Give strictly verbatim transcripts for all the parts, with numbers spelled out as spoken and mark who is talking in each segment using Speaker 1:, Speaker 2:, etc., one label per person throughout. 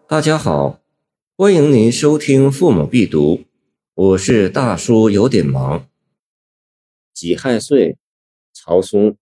Speaker 1: 大家好，欢迎您收听父母必读，我是大叔有点忙。己亥岁，曹嵩。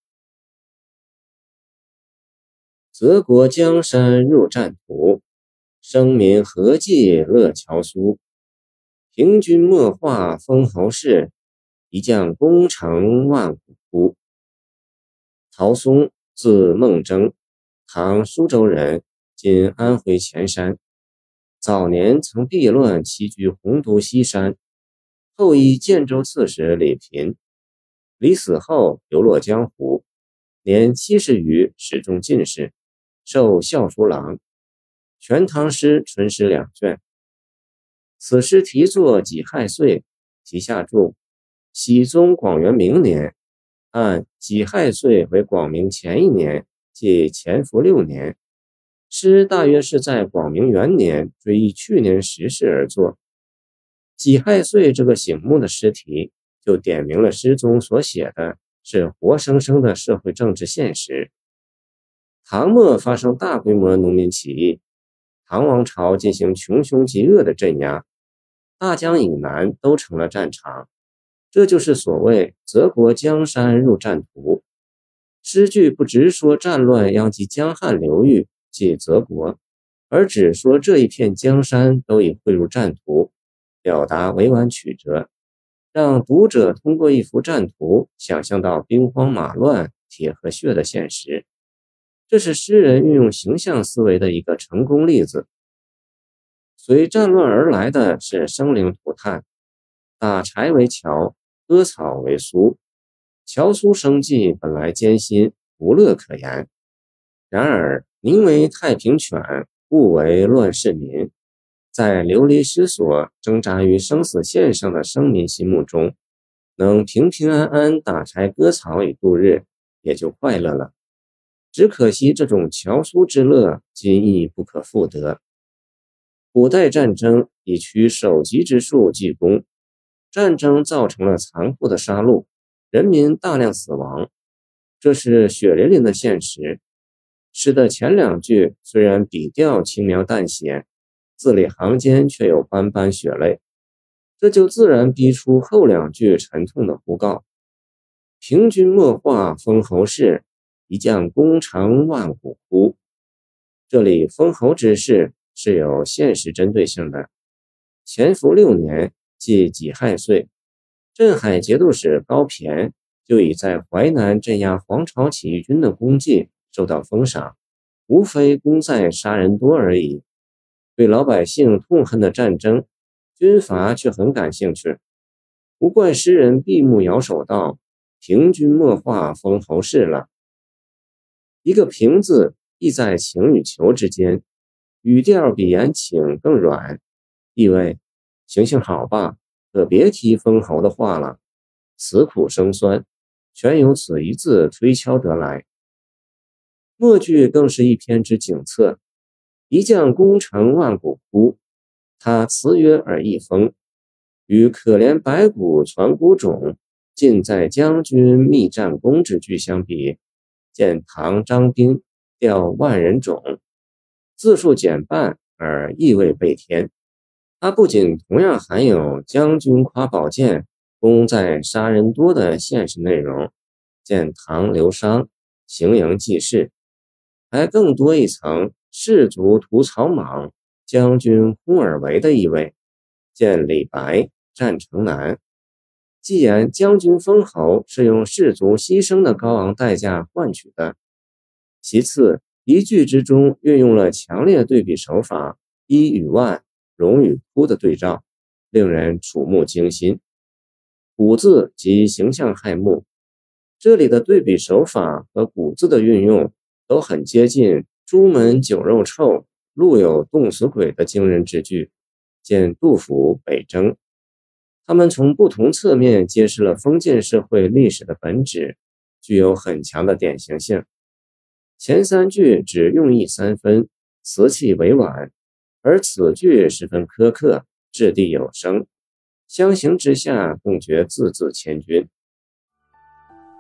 Speaker 1: 泽国江山入战图，生民何计乐樵苏。平君莫化封侯事，一将功成万骨枯。曹嵩，字孟征，唐苏州人，今安徽潜山。早年曾避乱栖居洪都西山，后依建州刺史李嫔。李死后流落江湖，年七十余始中进士，授校书郎，全唐诗纯诗两卷。此诗题作己亥岁，题下注熹宗广元明年，按己亥岁为广明前一年，即前伏六年。诗大约是在广明元年追忆去年时事而作。己亥岁这个醒目的诗题，就点明了诗中所写的是活生生的社会政治现实。唐末发生大规模农民起义，唐王朝进行穷凶极恶的镇压，大江以南都成了战场，这就是所谓泽国江山入战图。诗句不直说战乱殃及江汉流域即泽国，而只说这一片江山都已汇入战图，表达委婉曲折，让读者通过一幅战图想象到兵荒马乱、铁和血的现实。这是诗人运用形象思维的一个成功例子。随战乱而来的是生灵涂炭，打柴为樵，割草为苏。樵苏生计本来艰辛，无乐可言。然而宁为太平犬，勿为乱世民。在流离失所、挣扎于生死线上的生民心目中，能平平安安打柴割草以度日，也就快乐了。只可惜这种樵苏之乐，今亦不可复得。古代战争以取首级之术计功，战争造成了残酷的杀戮，人民大量死亡，这是血淋淋的现实。诗的前两句虽然笔调轻描淡写，字里行间却有斑斑血泪，这就自然逼出后两句沉痛的呼告：平君莫化封侯事，一将功成万骨枯。这里封侯之事是有现实针对性的。前伏六年，即己亥岁，镇海节度使高骈就已在淮南镇压黄巢起义军的功绩受到封赏，无非功在杀人多而已。对老百姓痛恨的战争，军阀却很感兴趣。不怪诗人闭目摇手道：平君莫化封侯事了。一个平字意在请与求之间，语调比言请更软，意味行行好吧，可别提封侯的话了。此苦生酸，全由此一字推敲得来。末句更是一篇之景策：一将功成万骨枯，他辞曰而一封，与可怜白骨传骨种，尽在将军密战功之句相比，见唐张宾调万人种，字数减半而意味倍添。它不仅同样含有将军夸宝剑，功在杀人多的现实内容，见唐刘商行营记事，还更多一层士卒屠草莽，将军呼而为的意味，见李白战城南。既言将军封侯是用士卒牺牲的高昂代价换取的，其次一句之中运用了强烈对比手法，一与万，荣与枯的对照，令人触目惊心。古字即形象骇目，这里的对比手法和古字的运用都很接近朱门酒肉臭，路有冻死鬼的惊人之句，见杜甫北征。他们从不同侧面揭示了封建社会历史的本质，具有很强的典型性。前三句只用意三分，词气委婉，而此句十分苛刻，掷地有声，相形之下更觉字字千钧。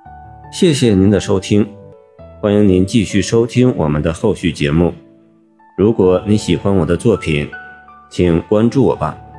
Speaker 1: 谢谢您的收听，欢迎您继续收听我们的后续节目。 如果你喜欢我的作品，请关注我吧。